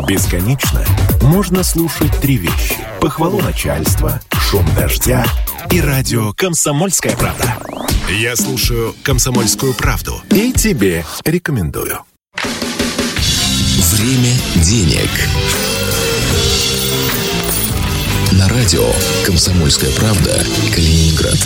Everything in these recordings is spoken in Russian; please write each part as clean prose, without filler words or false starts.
Бесконечно можно слушать три вещи: похвалу начальства, шум дождя и радио «Комсомольская правда». Я слушаю «Комсомольскую правду» и тебе рекомендую. Время денег. На радио «Комсомольская правда», Калининград.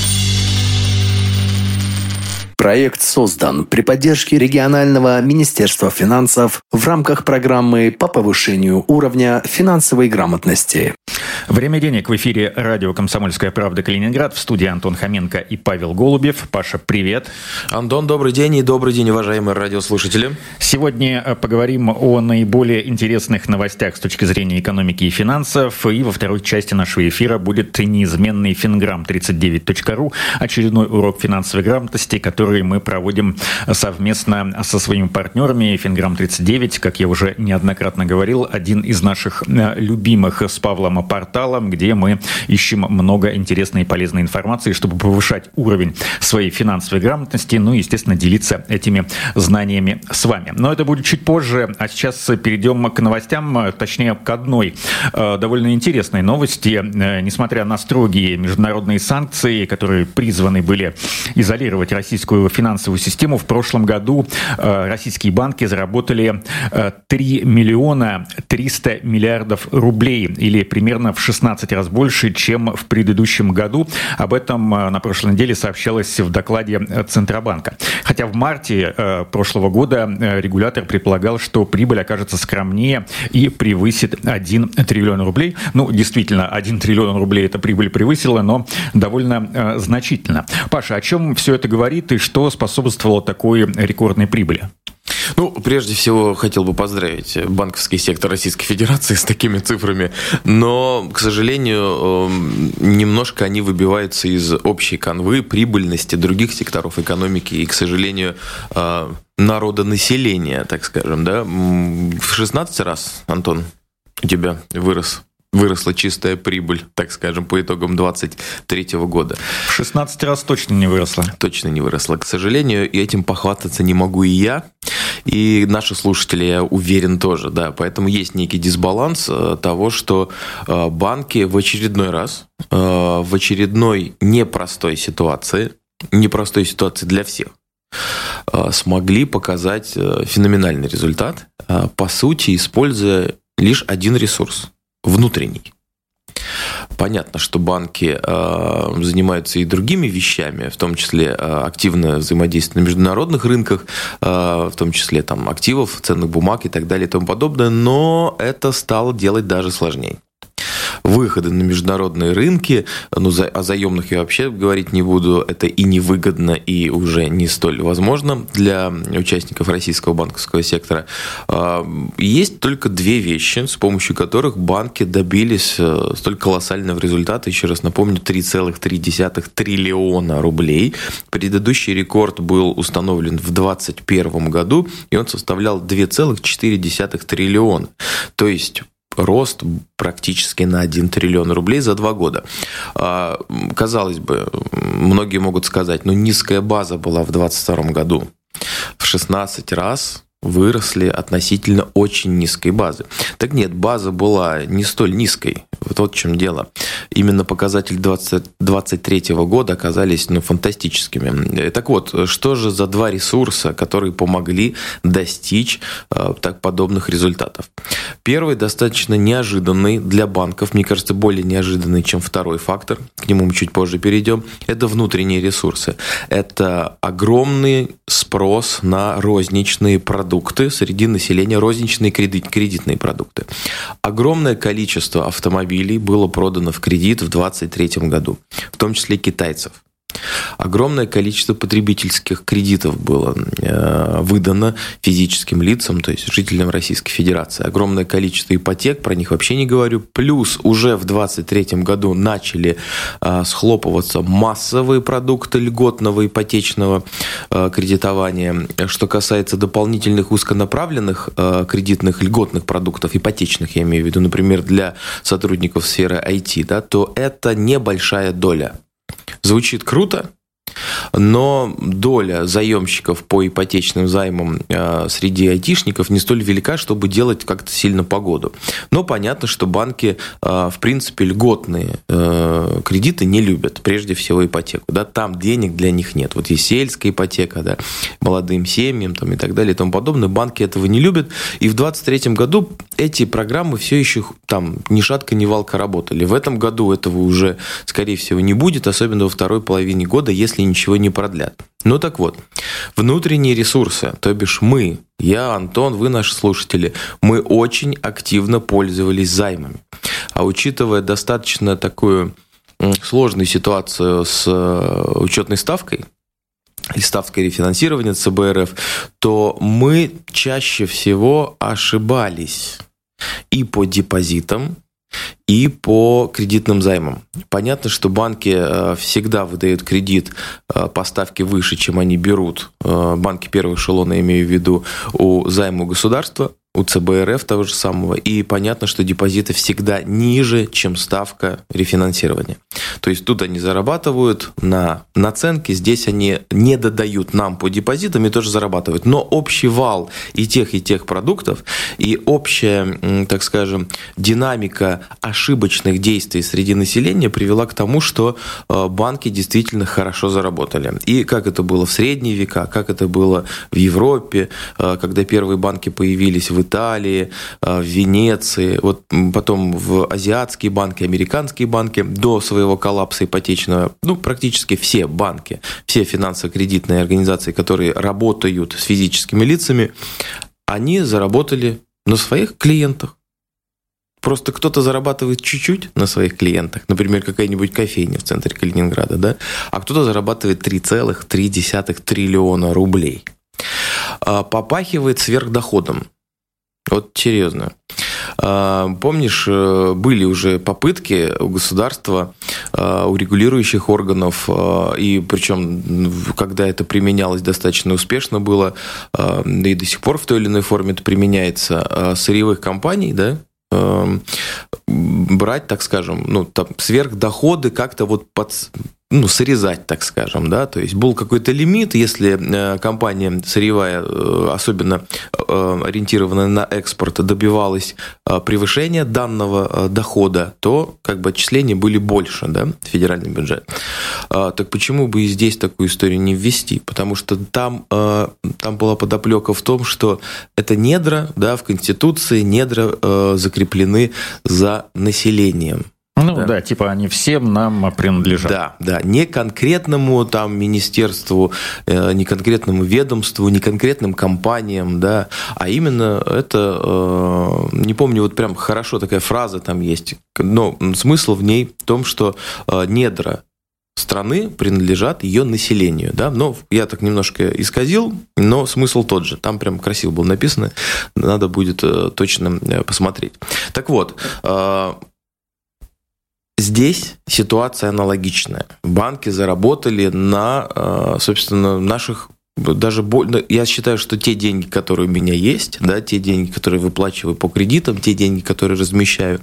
Проект создан при поддержке регионального Министерства финансов в рамках программы по повышению уровня финансовой грамотности. Время денег в эфире радио «Комсомольская правда», Калининград. В студии Антон Хоменко и Павел Голубев. Паша, привет. Антон, добрый день и добрый день, уважаемые радиослушатели. Сегодня поговорим о наиболее интересных новостях с точки зрения экономики и финансов. И во второй части нашего эфира будет неизменный Финграм39.ру, очередной урок финансовой грамотности, который мы проводим совместно со своими партнерами. Финграм39, как я уже неоднократно говорил, один из наших любимых с Павлом порталом, где мы ищем много интересной и полезной информации, чтобы повышать уровень своей финансовой грамотности, ну и, естественно, делиться этими знаниями с вами. Но это будет чуть позже, а сейчас перейдем к новостям, точнее, к одной довольно интересной новости. Несмотря на строгие международные санкции, которые призваны были изолировать российскую финансовую систему, в прошлом году российские банки заработали 3 миллиона 300 миллиардов рублей, или примерно в 16 раз больше, чем в предыдущем году. Об этом на прошлой неделе сообщалось в докладе Центробанка. Хотя в марте прошлого года регулятор предполагал, что прибыль окажется скромнее и превысит 1 триллион рублей. Ну, действительно, 1 триллион рублей эта прибыль превысила, но довольно значительно. Паша, о чем все это говорит и что способствовало такой рекордной прибыли? Ну, прежде всего, хотел бы поздравить банковский сектор Российской Федерации с такими цифрами, но, к сожалению, немножко они выбиваются из общей канвы прибыльности других секторов экономики и, к сожалению, народонаселения, так скажем, да. В 16 раз, Антон, у тебя выросла чистая прибыль, так скажем, по итогам 2023 года. В 16 раз точно не выросла. Точно не выросла. К сожалению, и этим похвастаться не могу и я, и наши слушатели, я уверен, тоже. Да. Поэтому есть некий дисбаланс того, что банки в очередной раз, в очередной непростой ситуации для всех, смогли показать феноменальный результат, по сути, используя лишь один ресурс – внутренний. Понятно, что банки занимаются и другими вещами, в том числе активно взаимодействуют на международных рынках, в том числе там, активов, ценных бумаг и так далее и тому подобное, но это стало делать даже сложнее. Выходы на международные рынки, о заемных я вообще говорить не буду, это и невыгодно, и уже не столь возможно для участников российского банковского сектора. Есть только две вещи, с помощью которых банки добились столь колоссального результата. Еще раз напомню, 3,3 триллиона рублей. Предыдущий рекорд был установлен в 2021 году, и он составлял 2,4 триллиона. То есть рост практически на 1 триллион рублей за 2 года. Казалось бы, многие могут сказать, низкая база была в 2022 году. В 16 раз выросли относительно очень низкой базы. Так нет, база была не столь низкой. Вот в чем дело. Именно показатели 2023 года оказались фантастическими. Так вот, что же за два ресурса, которые помогли достичь подобных результатов? Первый достаточно неожиданный для банков, мне кажется, более неожиданный, чем второй фактор, к нему мы чуть позже перейдем, это внутренние ресурсы. Это огромный спрос на розничные продукты среди населения, розничные кредитные продукты. Огромное количество автомобилей было продано в кредит в 2023 году, в том числе китайцев. Огромное количество потребительских кредитов было выдано физическим лицам, то есть жителям Российской Федерации. Огромное количество ипотек, про них вообще не говорю. Плюс уже в 2023 году начали схлопываться массовые продукты льготного ипотечного кредитования. Что касается дополнительных узконаправленных кредитных льготных продуктов, ипотечных, я имею в виду, например, для сотрудников сферы IT, то это небольшая доля. Звучит круто, но доля заемщиков по ипотечным займам среди айтишников не столь велика, чтобы делать как-то сильно погоду. Но понятно, что банки, в принципе, льготные кредиты не любят, прежде всего ипотеку. Да, там денег для них нет. Вот есть сельская ипотека, да, молодым семьям там, и так далее и тому подобное. Банки этого не любят. И в 2023 году эти программы все еще там ни шатка, ни валка работали. В этом году этого уже, скорее всего, не будет, особенно во второй половине года, если ничего не продлят. Ну так вот, внутренние ресурсы, то бишь мы, я, Антон, вы, наши слушатели, мы очень активно пользовались займами. А учитывая достаточно такую сложную ситуацию с учетной ставкой, и ставкой рефинансирования ЦБ РФ, то мы чаще всего ошибались и по депозитам, и по кредитным займам. Понятно, что банки всегда выдают кредит по ставке выше, чем они берут. Банки первого эшелона, я имею в виду, у займа государства, у ЦБ РФ того же самого. И понятно, что депозиты всегда ниже, чем ставка рефинансирования. То есть тут они зарабатывают на наценке, здесь они не додают нам по депозитам и тоже зарабатывают. Но общий вал и тех продуктов, и общая, так скажем, динамика ошибочных действий среди населения привела к тому, что банки действительно хорошо заработали. И как это было в средние века, как это было в Европе, когда первые банки появились в Италии, в Венеции, вот потом в азиатские банки, американские банки, до своего коллапса ипотечного, практически все банки, все финансово-кредитные организации, которые работают с физическими лицами, они заработали на своих клиентах. Просто кто-то зарабатывает чуть-чуть на своих клиентах, например, какая-нибудь кофейня в центре Калининграда, да? А кто-то зарабатывает 3,3 триллиона рублей. Попахивает сверхдоходом. Вот серьезно. Помнишь, были уже попытки у государства, у регулирующих органов, и причем, когда это применялось, достаточно успешно было, и до сих пор в той или иной форме это применяется, сырьевых компаний, да, брать, так скажем, сверхдоходы как-то вот срезать, так скажем, да, то есть был какой-то лимит, если компания сырьевая, особенно ориентированная на экспорт, добивалась превышения данного дохода, то как бы отчисления были больше, да, в федеральный бюджет. Так почему бы и здесь такую историю не ввести? Потому что там была подоплека в том, что это недра, да, в Конституции недра закреплены за населением. Да, типа они всем нам принадлежат. Да, не конкретному там министерству, не конкретному ведомству, не конкретным компаниям, да, а именно это, не помню, вот прям хорошо такая фраза там есть, но смысл в ней в том, что недра страны принадлежат ее населению, да, но я так немножко исказил, но смысл тот же, там прям красиво было написано, надо будет точно посмотреть. Так вот, здесь ситуация аналогичная. Банки заработали на, собственно, наших, даже я считаю, что те деньги, которые у меня есть, да, те деньги, которые выплачиваю по кредитам, те деньги, которые размещаю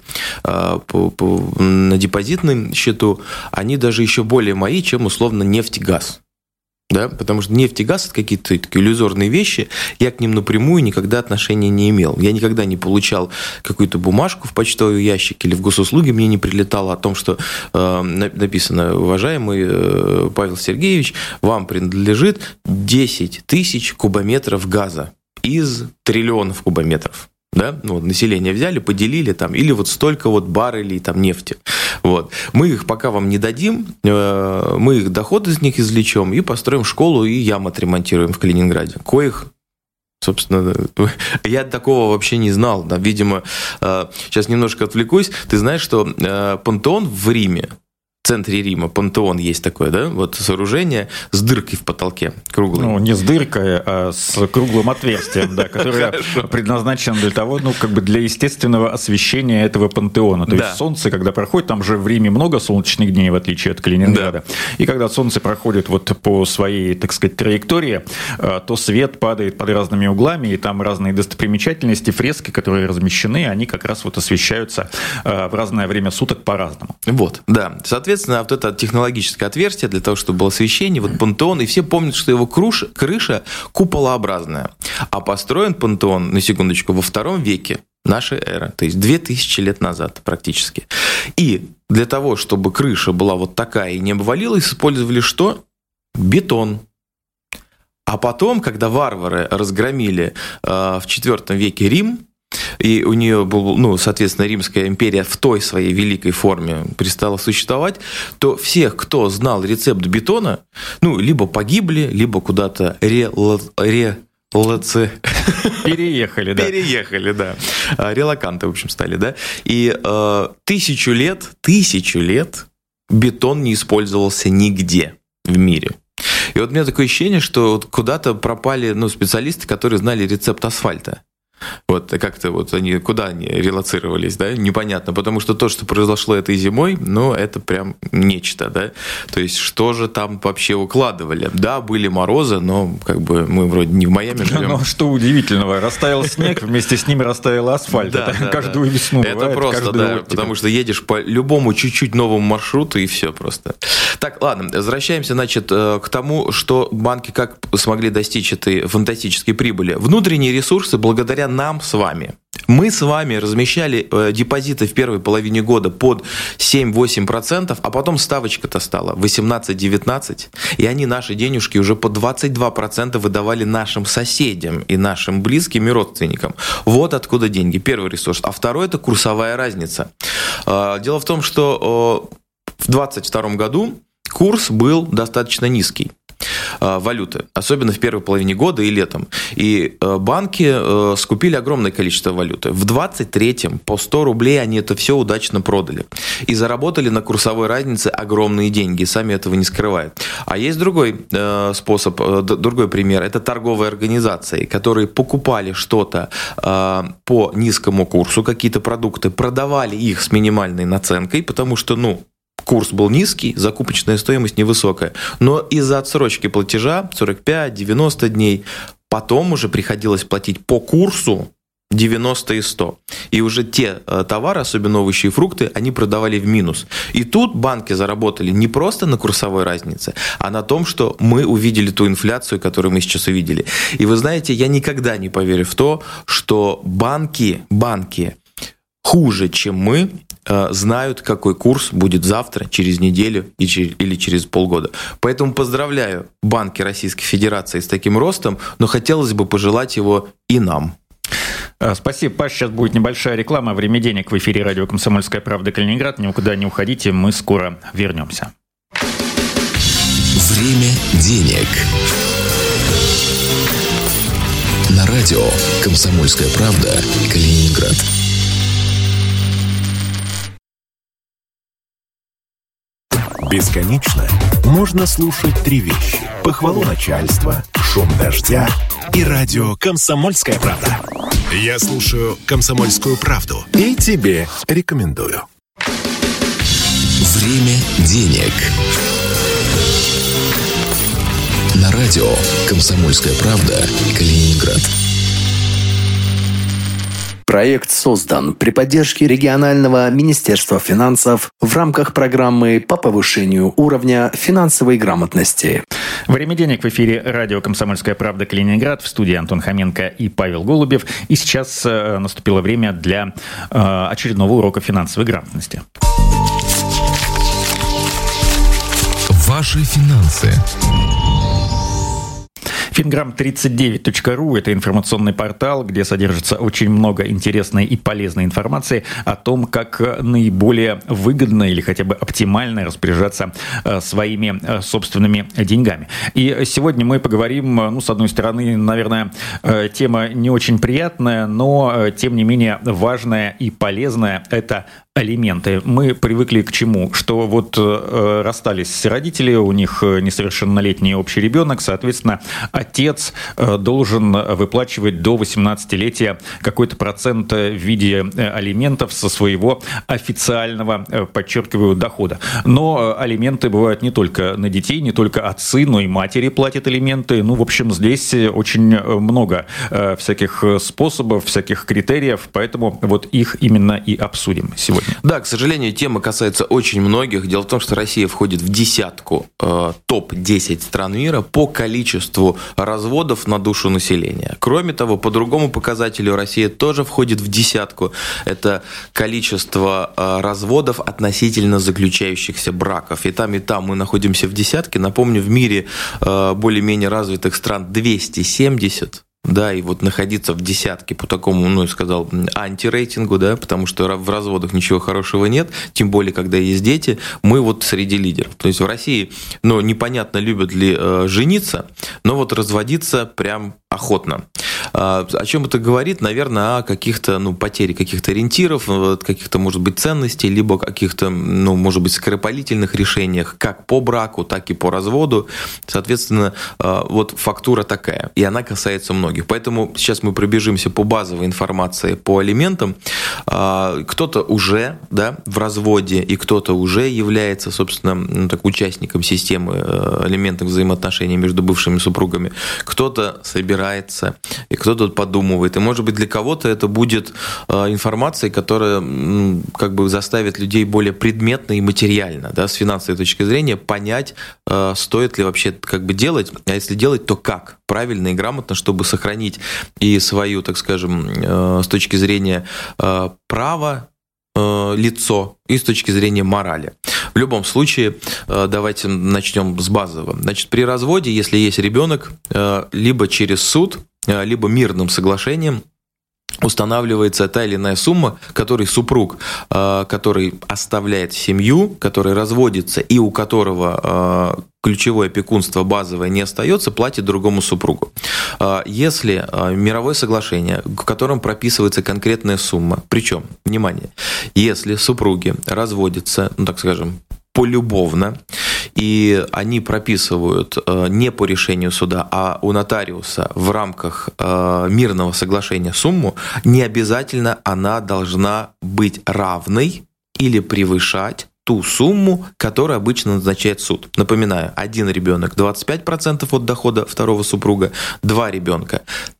на депозитном счету, они даже еще более мои, чем условно нефть и газ. Да, потому что нефть и газ – это какие-то такие иллюзорные вещи, я к ним напрямую никогда отношения не имел. Я никогда не получал какую-то бумажку в почтовый ящик или в госуслуги мне не прилетало о том, что написано: уважаемый Павел Сергеевич, вам принадлежит 10 тысяч кубометров газа из триллионов кубометров. Да? Население взяли, поделили там, или вот столько вот баррелей там нефти. Вот. Мы их пока вам не дадим, мы их доход из них извлечем и построим школу и ям отремонтируем в Калининграде. Коих, собственно, я такого вообще не знал. Да? Видимо, сейчас немножко отвлекусь. Ты знаешь, что Пантеон в Риме, в центре Рима, Пантеон есть такое, да, вот сооружение с дыркой в потолке, круглой. Не с дыркой, а с круглым отверстием, да, которое предназначено для того, для естественного освещения этого пантеона. То есть солнце, когда проходит, там же в Риме много солнечных дней, в отличие от Калининграда, и когда солнце проходит вот по своей, так сказать, траектории, то свет падает под разными углами, и там разные достопримечательности, фрески, которые размещены, они как раз вот освещаются в разное время суток по-разному. Вот, да, соответственно, соответственно, вот это технологическое отверстие для того, чтобы было освещение, вот пантеон, и все помнят, что его крыша куполообразная. А построен пантеон, на секундочку, во II веке нашей эры, то есть 2000 лет назад практически. И для того, чтобы крыша была вот такая и не обвалилась, использовали что? Бетон. А потом, когда варвары разгромили в IV веке Рим, и у нее был, соответственно, Римская империя в той своей великой форме перестала существовать, то всех, кто знал рецепт бетона, либо погибли, либо куда-то переехали, да. Релоканты, в общем, стали, да. И 1000 лет бетон не использовался нигде в мире. И вот у меня такое ощущение, что вот куда-то пропали специалисты, которые знали рецепт асфальта. Вот как-то вот куда они релоцировались, да, непонятно, потому что то, что произошло этой зимой, это прям нечто, да, то есть что же там вообще укладывали? Да, были морозы, но как бы мы вроде не в Майами живем. Но что удивительного, растаял снег, вместе с ним растаял асфальт, каждую весну бывает. Это просто, да, потому что едешь по любому чуть-чуть новому маршруту и все просто. Так, ладно, возвращаемся, значит, к тому, что банки как смогли достичь этой фантастической прибыли. Внутренние ресурсы благодаря нам с вами. Мы с вами размещали депозиты в первой половине года под 7-8%, а потом ставочка-то стала 18-19%, и они наши денежки уже по 22% выдавали нашим соседям и нашим близким и родственникам. Вот откуда деньги. Первый ресурс. А второй – это курсовая разница. Дело в том, что в 2022 году курс был достаточно низкий. Валюты, особенно в первой половине года и летом. И банки скупили огромное количество валюты. В 23-м по 100 рублей они это все удачно продали. И заработали на курсовой разнице огромные деньги. Сами этого не скрывают. А есть другой способ, другой пример. Это торговые организации, которые покупали что-то по низкому курсу, какие-то продукты, продавали их с минимальной наценкой, потому что, курс был низкий, закупочная стоимость невысокая. Но из-за отсрочки платежа 45-90 дней потом уже приходилось платить по курсу 90 и 100. И уже те товары, особенно овощи и фрукты, они продавали в минус. И тут банки заработали не просто на курсовой разнице, а на том, что мы увидели ту инфляцию, которую мы сейчас увидели. И вы знаете, я никогда не поверю в то, что банки хуже, чем мы, знают, какой курс будет завтра, через неделю или через полгода. Поэтому поздравляю банки Российской Федерации с таким ростом, но хотелось бы пожелать его и нам. Спасибо, Паш. Сейчас будет небольшая реклама. Время денег в эфире радио «Комсомольская правда» Калининград. Никуда не уходите, мы скоро вернемся. Время денег. На радио «Комсомольская правда» Калининград. Бесконечно можно слушать три вещи: похвалу начальства, шум дождя и радио «Комсомольская правда». Я слушаю «Комсомольскую правду» и тебе рекомендую. Время денег. На радио «Комсомольская правда» Калининград. Проект создан при поддержке регионального Министерства финансов в рамках программы по повышению уровня финансовой грамотности. Время денег в эфире радио «Комсомольская правда» Калининград. В студии Антон Хоменко и Павел Голубев. И сейчас наступило время для очередного урока финансовой грамотности. Ваши финансы. Fingram39.ru – это информационный портал, где содержится очень много интересной и полезной информации о том, как наиболее выгодно или хотя бы оптимально распоряжаться своими собственными деньгами. И сегодня мы поговорим, с одной стороны, наверное, тема не очень приятная, но тем не менее важная и полезная – это алименты. Мы привыкли к чему? Что вот расстались родители, у них несовершеннолетний общий ребенок, соответственно, отец должен выплачивать до 18-летия какой-то процент в виде алиментов со своего официального, подчеркиваю, дохода. Но алименты бывают не только на детей, не только отцы, но и матери платят алименты. В общем, здесь очень много всяких способов, всяких критериев, поэтому вот их именно и обсудим сегодня. сегодня. Да, к сожалению, тема касается очень многих. Дело в том, что Россия входит в десятку топ-10 стран мира по количеству разводов на душу населения. Кроме того, по другому показателю Россия тоже входит в десятку. Это количество разводов относительно заключающихся браков. И там мы находимся в десятке. Напомню, в мире более-менее развитых стран 270. Да, и вот находиться в десятке по такому, я сказал, антирейтингу, да, потому что в разводах ничего хорошего нет, тем более, когда есть дети, мы вот среди лидеров. То есть в России, непонятно, любят ли жениться, но вот разводиться прям охотно. О чем это говорит? Наверное, о каких-то, потере каких-то ориентиров, каких-то, может быть, ценностей, либо каких-то, может быть, скоропалительных решениях как по браку, так и по разводу. Соответственно, вот фактура такая, и она касается многих. Поэтому сейчас мы пробежимся по базовой информации по алиментам. Кто-то уже, да, в разводе, и кто-то уже является, собственно, участником системы алиментных взаимоотношений между бывшими супругами. Кто-то собирается, и кто-то подумывает. И, может быть, для кого-то это будет информация, которая заставит людей более предметно и материально, да, с финансовой точки зрения, понять, стоит ли вообще делать, а если делать, то как правильно и грамотно, чтобы сохранить и свою, так скажем, с точки зрения права, лицо и с точки зрения морали. В любом случае, давайте начнем с базового. Значит, при разводе, если есть ребенок, либо через суд, либо мирным соглашением устанавливается та или иная сумма, которой супруг, который оставляет семью, который разводится и у которого ключевое опекунство базовое не остается, платит другому супругу. Если мировое соглашение, в котором прописывается конкретная сумма, причем, внимание, если супруги разводятся, так скажем, полюбовно, и они прописывают не по решению суда, а у нотариуса в рамках мирного соглашения сумму, не обязательно она должна быть равной или превышать ту сумму, которую обычно назначает суд. Напоминаю, один ребенок 25% от дохода второго супруга, 2 ребенка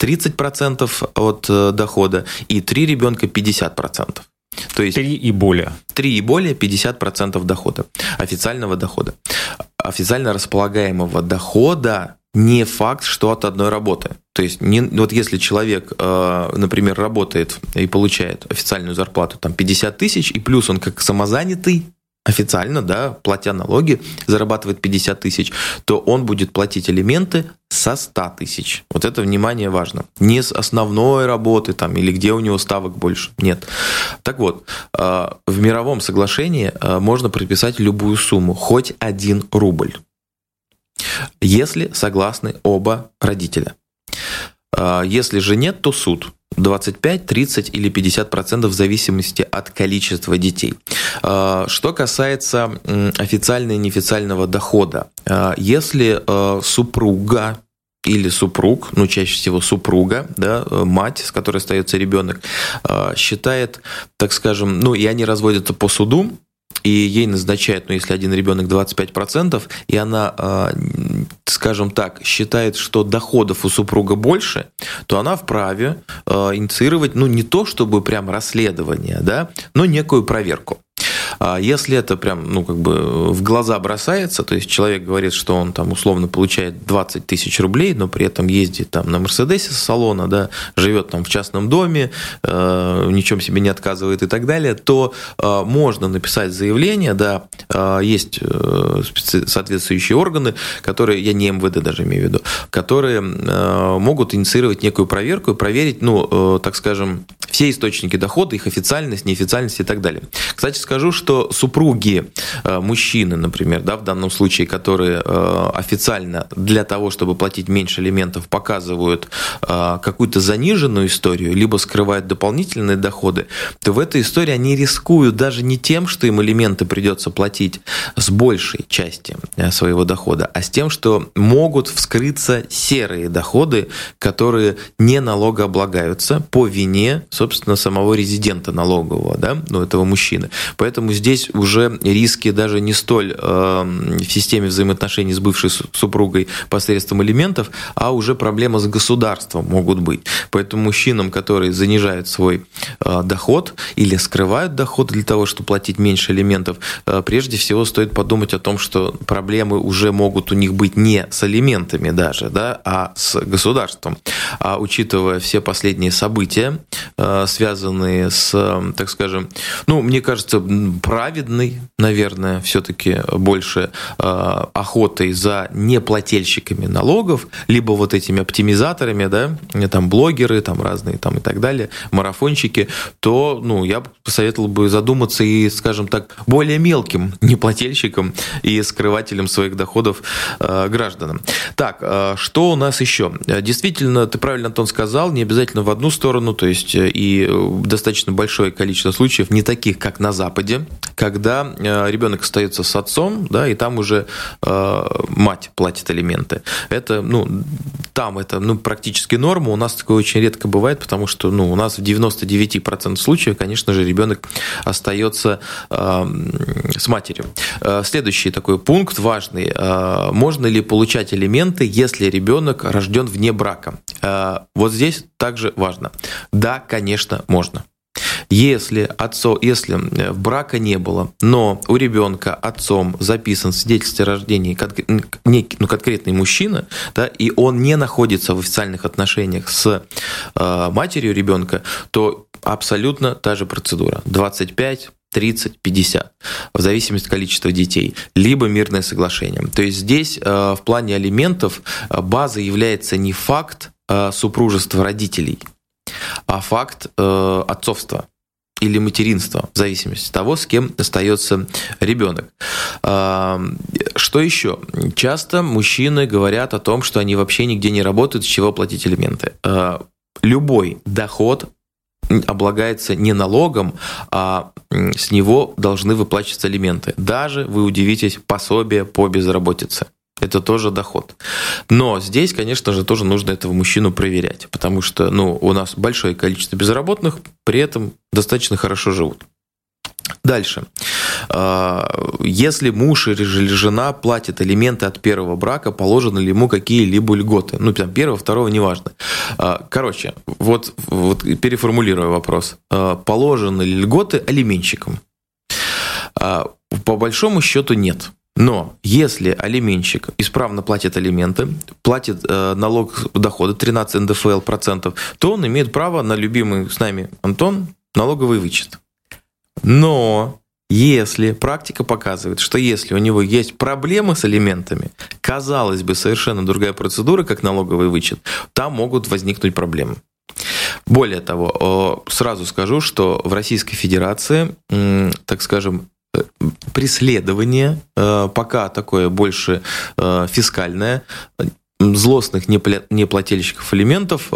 30% от дохода и 3 ребенка 50%. То есть 3 и более. 3 и более 50% дохода, официального дохода. Официально располагаемого дохода не факт, что от одной работы. То есть, если человек, например, работает и получает официальную зарплату 50 тысяч, и плюс он как самозанятый, официально, да, платя налоги, зарабатывает 50 тысяч, то он будет платить алименты со 100 тысяч. Вот это, внимание, важно. Не с основной работы или где у него ставок больше. Нет. Так вот, в мировом соглашении можно прописать любую сумму, хоть 1 рубль, если согласны оба родителя. Если же нет, то суд. 25, 30 или 50% в зависимости от количества детей. Что касается официального и неофициального дохода, если супруга или супруг, чаще всего супруга, да, мать, с которой остается ребенок, считает, так скажем, и они разводятся по суду, и ей назначают, если один ребенок 25%, и она, скажем так, считает, что доходов у супруга больше, то она вправе инициировать, не то чтобы прям расследование, да, но некую проверку. Если это прям, в глаза бросается, то есть человек говорит, что он условно получает 20 тысяч рублей, но при этом ездит на Мерседесе с салона, да, живет в частном доме, ничем себе не отказывает и так далее, то можно написать заявление, да, есть соответствующие органы, которые, я не МВД даже имею в виду, которые могут инициировать некую проверку и проверить, так скажем, все источники дохода, их официальность, неофициальность и так далее. Кстати, скажу, что супруги, мужчины, например, да, в данном случае, которые официально для того, чтобы платить меньше алиментов, показывают какую-то заниженную историю, либо скрывают дополнительные доходы, то в этой истории они рискуют даже не тем, что им алименты придется платить с большей части своего дохода, а с тем, что могут вскрыться серые доходы, которые не налогооблагаются по вине собственно, самого резидента налогового, да, ну, этого мужчины. Поэтому здесь уже риски даже не столь в системе взаимоотношений с бывшей супругой посредством алиментов, а уже проблема с государством могут быть. Поэтому мужчинам, которые занижают свой доход или скрывают доход для того, чтобы платить меньше алиментов, прежде всего стоит подумать о том, что проблемы уже могут у них быть не с алиментами даже, да, а с государством. А учитывая все последние события, связанные с, так скажем, ну, мне кажется, праведной, наверное, все-таки больше охотой за неплательщиками налогов, либо вот этими оптимизаторами, да, там блогеры, там разные там и так далее, марафонщики, то, ну, я посоветовал бы задуматься и, скажем так, более мелким неплательщикам и скрывателям своих доходов гражданам. Так, что у нас еще? Действительно, ты правильно, Антон, сказал, не обязательно в одну сторону, то есть и достаточно большое количество случаев, не таких, как на Западе, когда ребенок остается с отцом, да, и там уже мать платит алименты. Это, ну, там это, ну, практически норма, у нас такое очень редко бывает, потому что, ну, у нас в 99% случаев, конечно же, ребенок остается с матерью. Следующий такой пункт важный. Можно ли получать алименты, если ребенок рожден вне брака? Вот здесь также важно. Да, конечно, можно. Если брака не было, но у ребенка отцом записан в свидетельстве о рождении конкретный мужчина, да, и он не находится в официальных отношениях с матерью ребенка, то абсолютно та же процедура. 25, 30, 50, в зависимости от количества детей, либо мирное соглашение. То есть здесь в плане алиментов базой является не факт супружества родителей, а факт отцовства или материнства, в зависимости от того, с кем остается ребенок. Что еще? Часто мужчины говорят о том, что они вообще нигде не работают, с чего платить алименты. Любой доход облагается не налогом, а с него должны выплачиваться алименты. Даже, вы удивитесь, пособие по безработице. Это тоже доход. Но здесь, конечно же, тоже нужно этого мужчину проверять, потому что, ну, у нас большое количество безработных, при этом достаточно хорошо живут. Дальше. Если муж или жена платят алименты от первого брака, положены ли ему какие-либо льготы? Ну, там, первого, второго, неважно. Короче, вот переформулирую вопрос. Положены ли льготы алименщикам? По большому счету нет. Но если алименщик исправно платит алименты, платит налог дохода 13 НДФЛ процентов, то он имеет право на любимый с нами Антон налоговый вычет. Но если практика показывает, что если у него есть проблемы с алиментами, казалось бы, совершенно другая процедура, как налоговый вычет, там могут возникнуть проблемы. Более того, сразу скажу, что в Российской Федерации, так скажем, преследование пока такое больше фискальное, злостных неплательщиков алиментов,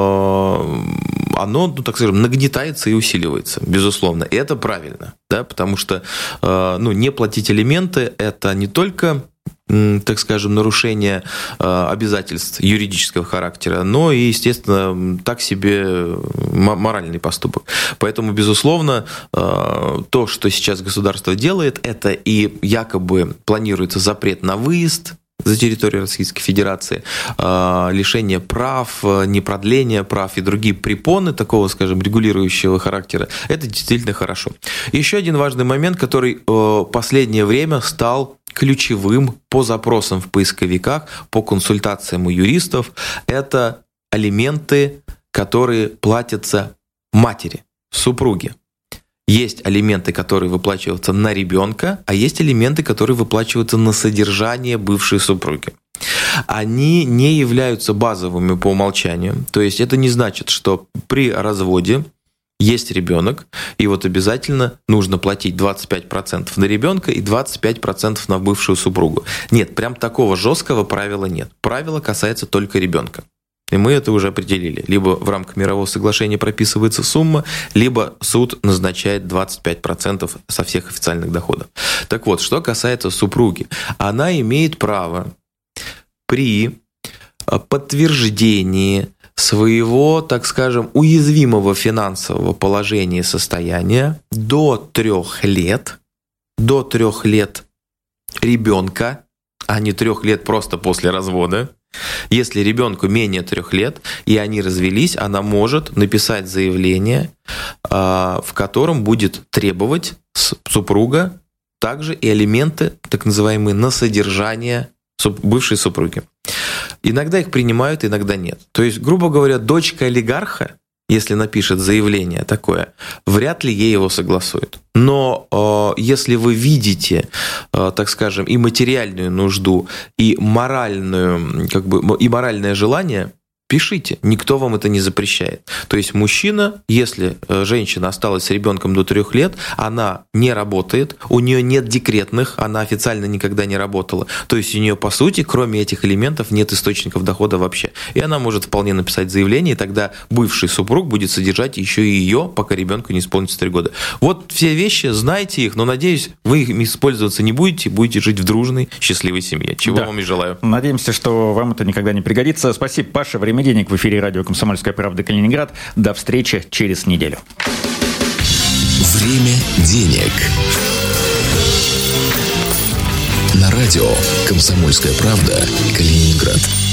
оно, ну, так скажем, нагнетается и усиливается, безусловно. И это правильно, да, потому что, ну, не платить алименты – это не только, так скажем, нарушение обязательств юридического характера, но и, естественно, так себе моральный поступок. Поэтому, безусловно, то, что сейчас государство делает, это и якобы планируется запрет на выезд за территорию Российской Федерации, лишение прав, непродление прав и другие препоны такого, скажем, регулирующего характера, это действительно хорошо. Еще один важный момент, который в последнее время стал ключевым по запросам в поисковиках, по консультациям у юристов, это алименты, которые платятся матери, супруге. Есть алименты, которые выплачиваются на ребенка, а есть алименты, которые выплачиваются на содержание бывшей супруги. Они не являются базовыми по умолчанию. То есть это не значит, что при разводе есть ребенок, и вот обязательно нужно платить 25% на ребенка и 25% на бывшую супругу. Нет, прям такого жесткого правила нет. Правило касается только ребенка. И мы это уже определили. Либо в рамках мирового соглашения прописывается сумма, либо суд назначает 25% со всех официальных доходов. Так вот, что касается супруги, она имеет право при подтверждении своего, так скажем, уязвимого финансового положения и состояния до 3 лет, ребенка, а не 3 лет просто после развода. Если ребенку менее 3 лет, и они развелись, она может написать заявление, в котором будет требовать супруга также и алименты, так называемые, на содержание бывшей супруги. Иногда их принимают, иногда нет. То есть, грубо говоря, дочка олигарха, если напишет заявление такое, вряд ли ей его согласуют. Но если вы видите, так скажем, и материальную нужду, и моральное желание, пишите, никто вам это не запрещает. То есть мужчина, если женщина осталась с ребенком до 3 лет, она не работает, у нее нет декретных, она официально никогда не работала. То есть у нее, по сути, кроме этих элементов, нет источников дохода вообще. И она может вполне написать заявление, и тогда бывший супруг будет содержать еще и ее, пока ребенку не исполнится 3 года. Вот все вещи, знайте их, но, надеюсь, вы их использоваться не будете, будете жить в дружной, счастливой семье. Чего вам и желаю. Надеемся, что вам это никогда не пригодится. Спасибо, Паша. «Время денег» в эфире радио «Комсомольская правда» Калининград. До встречи через неделю. Время денег. На радио «Комсомольская правда» Калининград.